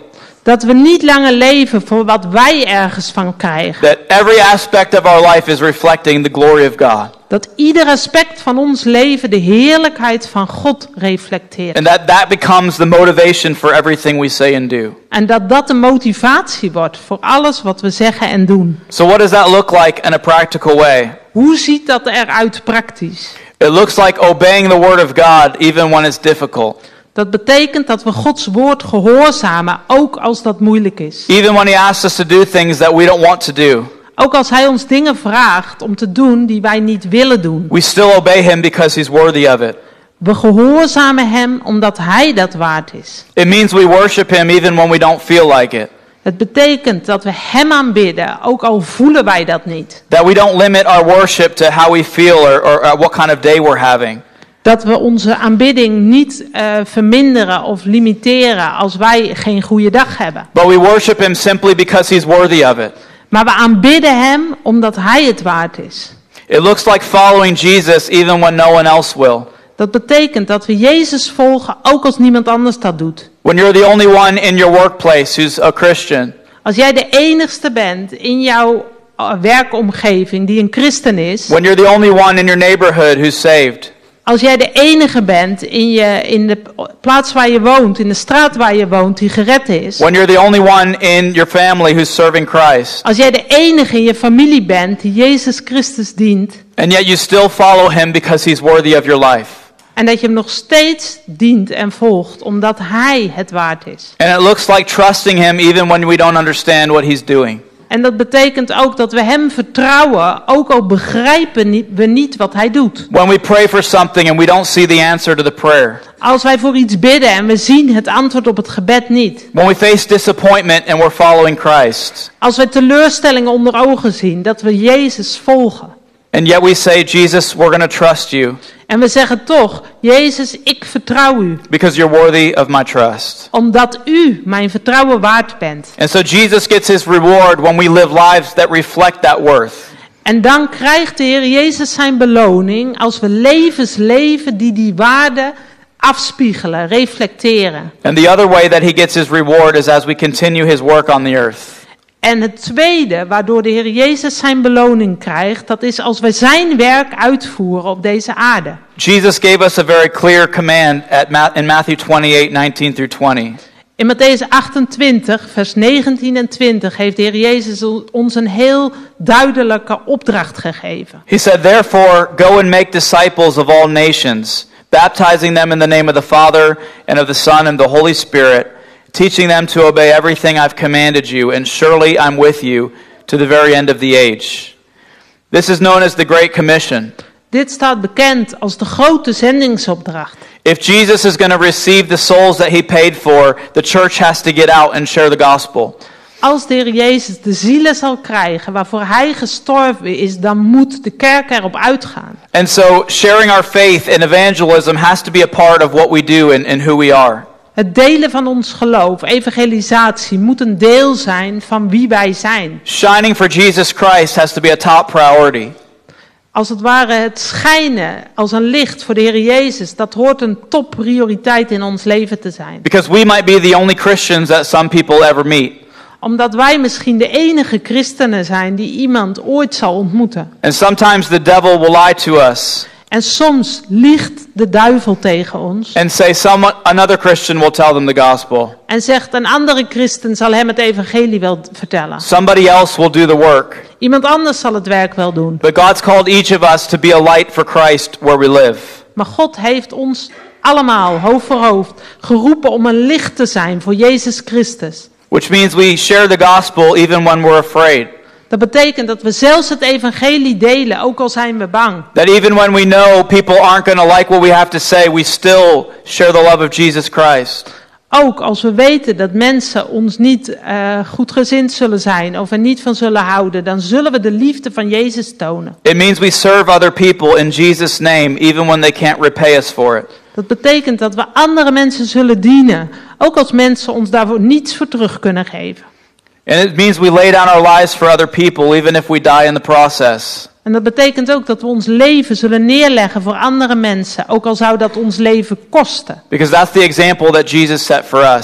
Dat we niet langer leven voor wat wij ergens van krijgen. That every aspect of our life is reflecting the glory of God. Dat ieder aspect van ons leven de heerlijkheid van God reflecteert. And that becomes the motivation for everything we say and do. En dat de motivatie wordt voor alles wat we zeggen en doen. So what does that look like in a practical way? Hoe ziet dat eruit praktisch? It looks like obeying the word of God even when it's difficult. Dat betekent dat we Gods woord gehoorzamen, ook als dat moeilijk is. Even when he asks us to do things that we don't want to do. Ook als hij ons dingen vraagt om te doen die wij niet willen doen. We still obey him because he's worthy of it. We gehoorzamen hem omdat hij dat waard is. It means we worship him even when we don't feel like it. Het betekent dat we hem aanbidden, ook al voelen wij dat niet. That we don't limit our worship to how we feel or what kind of day we're having. Dat we onze aanbidding niet verminderen of limiteren als wij geen goede dag hebben. But we worship him simply because he's worthy of it. Maar we aanbidden hem omdat hij het waard is. It looks like following Jesus even when no one else will. Dat betekent dat we Jezus volgen ook als niemand anders dat doet. When you're the only one in your workplace who's a Christian. Als jij de enigste bent in jouw werkomgeving die een christen is. When you're the only one in your neighborhood who's saved. Als jij de enige bent in de plaats waar je woont, in de straat waar je woont, die gered is. When you're the only one in your family who's serving Christ. Als jij de enige in je familie bent die Jezus Christus dient. And yet you still follow him because he's worthy of your life. En dat je hem nog steeds dient en volgt, omdat hij het waard is. And it looks like trusting him even when we don't understand what he's doing. En dat betekent ook dat we hem vertrouwen, ook al begrijpen we niet wat hij doet. When we pray for something and we don't see the answer to the prayer. Als wij voor iets bidden en we zien het antwoord op het gebed niet. When we face disappointment and we're following Christ. Als we teleurstellingen onder ogen zien, dat we Jezus volgen. And yet we say, Jesus, we're going to trust you. En we zeggen toch, Jezus, ik vertrouw u. Because you're worthy of my trust. Omdat u mijn vertrouwen waard bent. And so Jesus gets his reward when we live lives that reflect that worth. En dan krijgt de Heer Jezus zijn beloning als we levens leven die waarde afspiegelen, reflecteren. And the other way that he gets his reward is as we continue his work on the earth. En het tweede, waardoor de Heer Jezus zijn beloning krijgt, dat is als we zijn werk uitvoeren op deze aarde. Jesus gave us a very clear command in Matthew 28:19 through 20. In Mattheüs 28, vers 19 en 20 heeft de Heer Jezus ons een heel duidelijke opdracht gegeven. He said, therefore, go and make disciples of all nations, baptizing them in the name of the Father and of the Son and the Holy Spirit, teaching them to obey everything I've commanded you, and surely I'm with you to the very end of the age. This is known as the Great Commission. Dit staat bekend als de grote zendingsopdracht. If Jesus is going to receive the souls that he paid for, the church has to get out and share the gospel. Als de Heer Jezus de zielen zal krijgen waarvoor hij gestorven is, dan moet de kerk erop uitgaan. And so sharing our faith in evangelism has to be a part of what we do and who we are. Het delen van ons geloof, evangelisatie, moet een deel zijn van wie wij zijn. Shining for Jesus Christ has to be a top priority. Als het ware het schijnen als een licht voor de Heer Jezus, dat hoort een topprioriteit in ons leven te zijn. Because we might be the only Christians that some people ever meet. Omdat wij misschien de enige christenen zijn die iemand ooit zal ontmoeten. And sometimes the devil will lie to us. En soms liegt de duivel tegen ons. And say another Christian will tell them the gospel. En zegt een andere christen zal hem het evangelie wel vertellen. Somebody else will do the work. Iemand anders zal het werk wel doen. But God's called each of us to be a light for Christ where we live. Maar God heeft ons allemaal, hoofd voor hoofd, geroepen om een licht te zijn voor Jezus Christus. Which means we share the gospel even when we're afraid. Dat betekent dat we zelfs het evangelie delen, ook al zijn we bang. That even when we know people aren't going to like what we have to say, we still share the love of Jesus Christ. Ook als we weten dat mensen ons niet goedgezind zullen zijn of er niet van zullen houden, dan zullen we de liefde van Jezus tonen. It means we serve other people in Jesus' name, even when they can't repay us for it. Dat betekent dat we andere mensen zullen dienen, ook als mensen ons daarvoor niets voor terug kunnen geven. And it means we lay down our lives for other people, even if we die in the process. En dat betekent ook dat we ons leven zullen neerleggen voor andere mensen, ook al zou dat ons leven kosten. Because that's the example that Jesus set for us.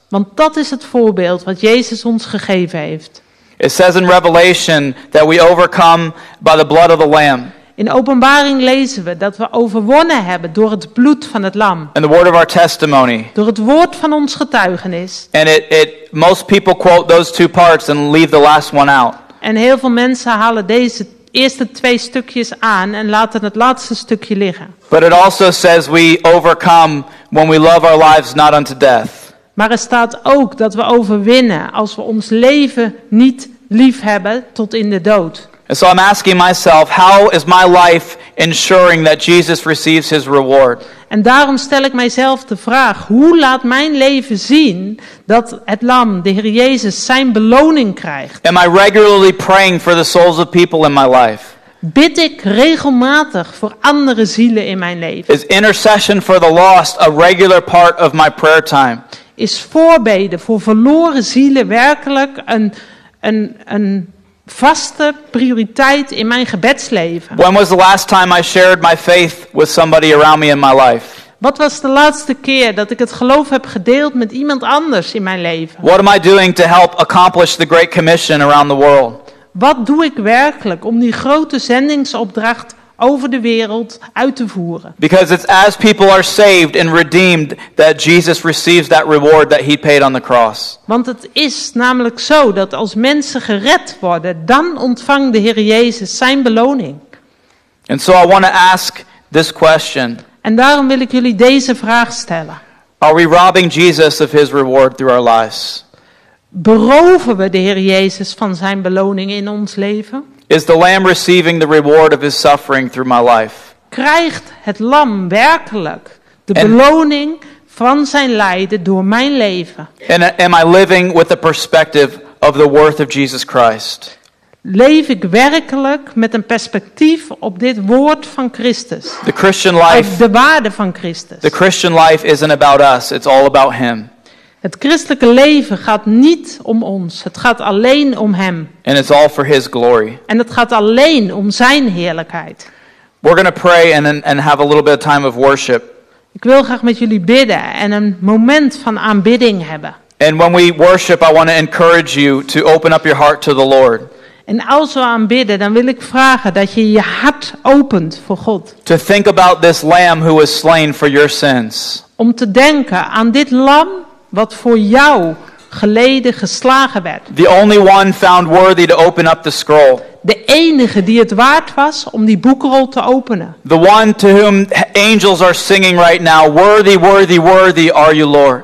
Want dat is het voorbeeld wat Jezus ons gegeven heeft. It says in Revelation that we overcome by the blood of the Lamb In Openbaring lezen we dat we overwonnen hebben door het bloed van het lam. and the word of our testimony. Door het woord van ons getuigenis. And most people quote those two parts and leave the last one out. En heel veel mensen halen deze eerste 2 stukjes aan en laten het laatste stukje liggen. But it also says we overcome when we love our lives not unto death. Maar er staat ook dat we overwinnen als we ons leven niet lief hebben tot in de dood. And so I'm asking myself, how is my life ensuring that Jesus receives his reward? En daarom stel ik mijzelf de vraag, hoe laat mijn leven zien dat het lam, de Heer Jezus, zijn beloning krijgt? Am I regularly praying for the souls of people in my life? Bid ik regelmatig voor andere zielen in mijn leven? Is intercession for the lost a regular part of my prayer time? Is voorbeden voor verloren zielen werkelijk een vaste prioriteit in mijn gebedsleven? When was the last time I shared my faith with somebody around me in my life? Wat was de laatste keer dat ik het geloof heb gedeeld met iemand anders in mijn leven? What am I doing to help accomplish the Great Commission around the world? Wat doe ik werkelijk om die grote zendingsopdracht over de wereld uit te voeren? Because it's as people are saved and redeemed that Jesus receives that reward that he paid on the cross. Want het is namelijk zo dat als mensen gered worden, dan ontvangt de Heer Jezus zijn beloning. And so I want to ask this question. En daarom wil ik jullie deze vraag stellen. Are we robbing Jesus of his reward through our lives? Beroven we de Heer Jezus van zijn beloning in ons leven? Is the Lamb receiving the reward of his suffering through my life? Krijgt het lam werkelijk de En- beloning van zijn lijden door mijn leven? And am I living with the perspective of the worth of Jesus Christ? Leef ik werkelijk met een perspectief op dit woord van Christus? The Christian Op life, de waarde van Christus? the Christian life isn't about us, it's all about him. Het christelijke leven gaat niet om ons. Het gaat alleen om hem. And it's all for his glory. En het gaat alleen om zijn heerlijkheid. We're going to pray and have a little bit of time of worship. Ik wil graag met jullie bidden en een moment van aanbidding hebben. And when we worship, I want to encourage you to open up your heart to the Lord. En als we aanbidden, dan wil ik vragen dat je je hart opent voor God. To think about this lamb who was slain for your sins. Om te denken aan dit lam wat voor jou geleden geslagen werd. The only one found worthy to open up the scroll. De enige die het waard was om die boekrol te openen. The one to whom angels are singing right now, worthy, worthy, worthy are you, Lord.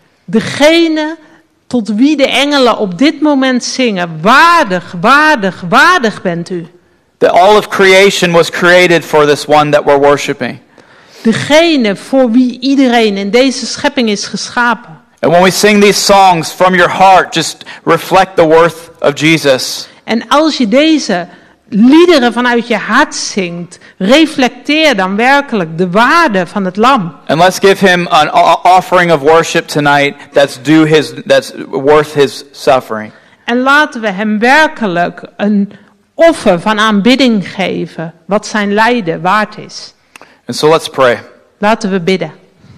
Degene tot wie de engelen op dit moment zingen, waardig, waardig, waardig bent u. That all of creation was created for this one that we're worshiping. Degene voor wie iedereen in deze schepping is geschapen. And when we sing these songs from your heart, just reflect the worth of Jesus. En als je deze liederen vanuit je hart zingt, reflecteer dan werkelijk de waarde van het lam. And let's give him an offering of worship tonight that's worth his suffering. En laten we hem werkelijk een offer van aanbidding geven, wat zijn lijden waard is. And so let's pray. Laten we bidden.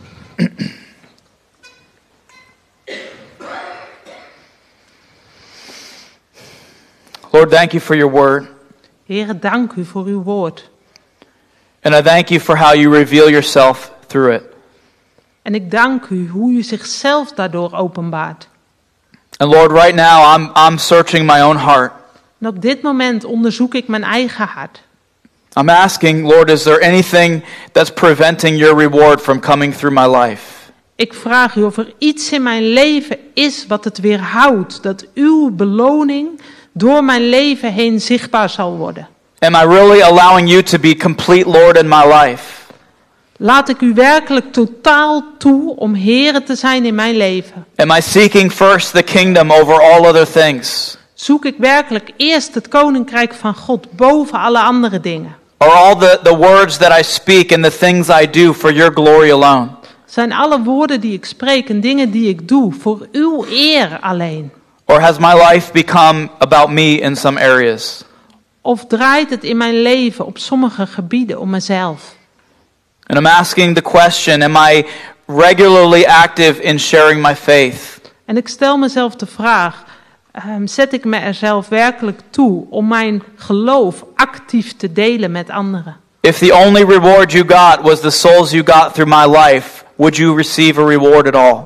Lord, thank you for your word. Heere, dank u voor uw woord. And I thank you for how you reveal yourself through it. En ik dank u hoe u zichzelf daardoor openbaart. And Lord, right now I'm searching my own heart. En op dit moment onderzoek ik mijn eigen hart. I'm asking, Lord, is there anything that's preventing your reward from coming through my life? Ik vraag u of er iets in mijn leven is wat het weerhoudt dat uw beloning door mijn leven heen zichtbaar zal worden. Am I really allowing you to be complete Lord in my life? Laat ik u werkelijk totaal toe om Heere te zijn in mijn leven. Am I seeking first the kingdom over all other things? Zoek ik werkelijk eerst het koninkrijk van God boven alle andere dingen? Are all the words that I speak and the things I do for your glory alone? Zijn alle woorden die ik spreek en dingen die ik doe voor uw eer alleen? Or has my life become about me in some areas? Of draait het in mijn leven op sommige gebieden om mezelf? And I'm asking the question, am I regularly active in sharing my faith? En ik stel mezelf de vraag, zet ik me er zelf werkelijk toe om mijn geloof actief te delen met anderen? If the only reward you got was the souls you got through my life, would you receive a reward at all?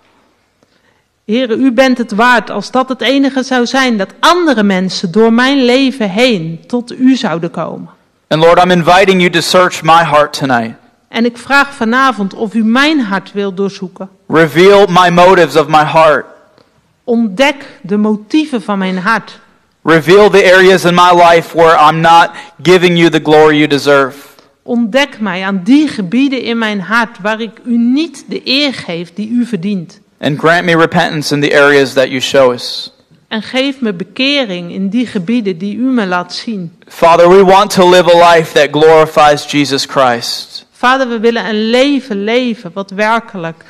Heere, u bent het waard als dat het enige zou zijn dat andere mensen door mijn leven heen tot u zouden komen. And Lord, I'm inviting you to search my heart tonight. En ik vraag vanavond of u mijn hart wil doorzoeken. Reveal my motives of my heart. Ontdek de motieven van mijn hart. Reveal the areas in my life where I'm not giving you the glory you deserve. Ontdek mij aan die gebieden in mijn hart waar ik u niet de eer geef die u verdient. And grant me repentance in the areas that you show us. En geef me bekering in die gebieden die u me laat zien. Father, we want to live a life that glorifies Jesus Christ. Vader, we willen een leven leven wat werkelijk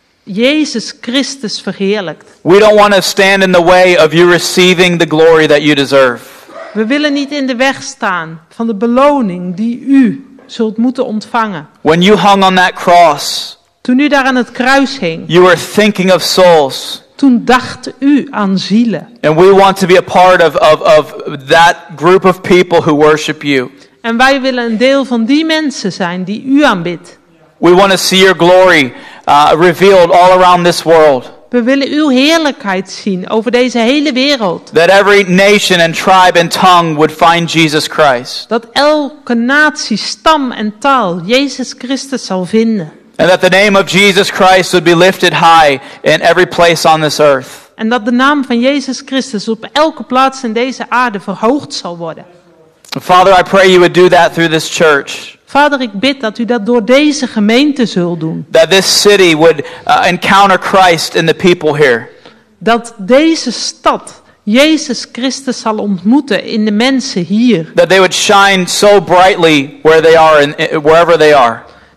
Jezus Christus verheerlijkt. We don't want to stand in the way of you receiving the glory that you deserve. We willen niet in de weg staan van de beloning die u zult moeten ontvangen. When you hung on that cross, Toen u daar aan het kruis hing, you were thinking of souls. toen dacht u aan zielen. And we want to be a part of that group of people who worship you. En wij willen een deel van die mensen zijn die u aanbidt. We want to see your glory revealed all around this world. We willen uw heerlijkheid zien over deze hele wereld. That every nation and tribe and tongue would find Jesus Christ. Dat elke natie, stam en taal Jezus Christus zal vinden. And that the name of Jesus Christ would be lifted high in every place on this earth. En dat de naam van Jezus Christus op elke plaats in deze aarde verhoogd zal worden. Father, I pray you would do that through this church. Vader, ik bid dat u dat door deze gemeente zult doen. That this city would encounter Christ in the people here. Dat deze stad Jezus Christus zal ontmoeten in de mensen hier. That they would shine so brightly where they are and wherever they are.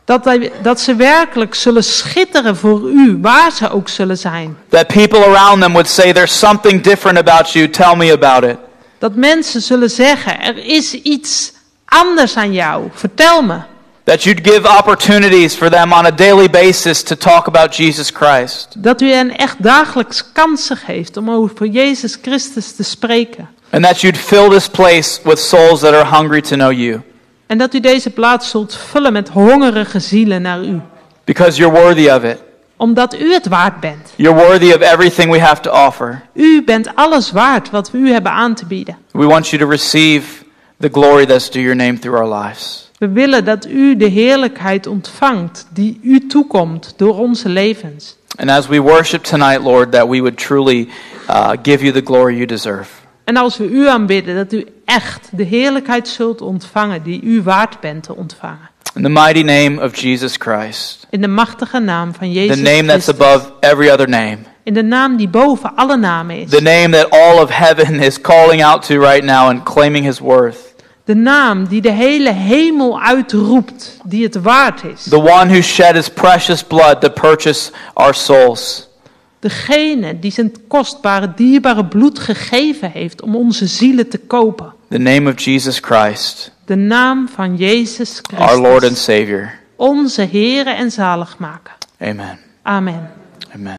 Dat ze werkelijk zullen schitteren voor u, waar ze ook zullen zijn. That people around them would say, there's something different about you, tell me about it. Dat mensen zullen zeggen, er is iets anders aan jou, vertel me. That you'd give opportunities for them on a daily basis to talk about Jesus Christ. Dat u hen echt dagelijks kansen geeft om over Jezus Christus te spreken. And that you'd fill this place with souls that are hungry to know you. En dat u deze plaats zult vullen met hongerige zielen naar u. Because you're worthy of it. Omdat u het waard bent. You're worthy of everything we have to offer. U bent alles waard wat we u hebben aan te bieden. We want you to receive the glory that's due your name through our lives. We willen dat u de heerlijkheid ontvangt die u toekomt door onze levens. And as we worship tonight, Lord, that we would truly give you the glory you deserve. En als we u aanbidden, dat u echt de heerlijkheid zult ontvangen die u waard bent te ontvangen. In the mighty name of Jesus Christ. In de machtige naam van Jezus The name that's Christus. above every other name. In de naam die boven alle namen is. The name that all of heaven is calling out to right now and claiming his worth. De naam die de hele hemel uitroept, die het waard is. The one who shed his precious blood to purchase our souls. Degene die zijn kostbare, dierbare bloed gegeven heeft om onze zielen te kopen. The name of Jesus Christ. De naam van Jezus Christus. Our Lord and Savior. Onze Heere en Zaligmaker. Amen. Amen. Amen.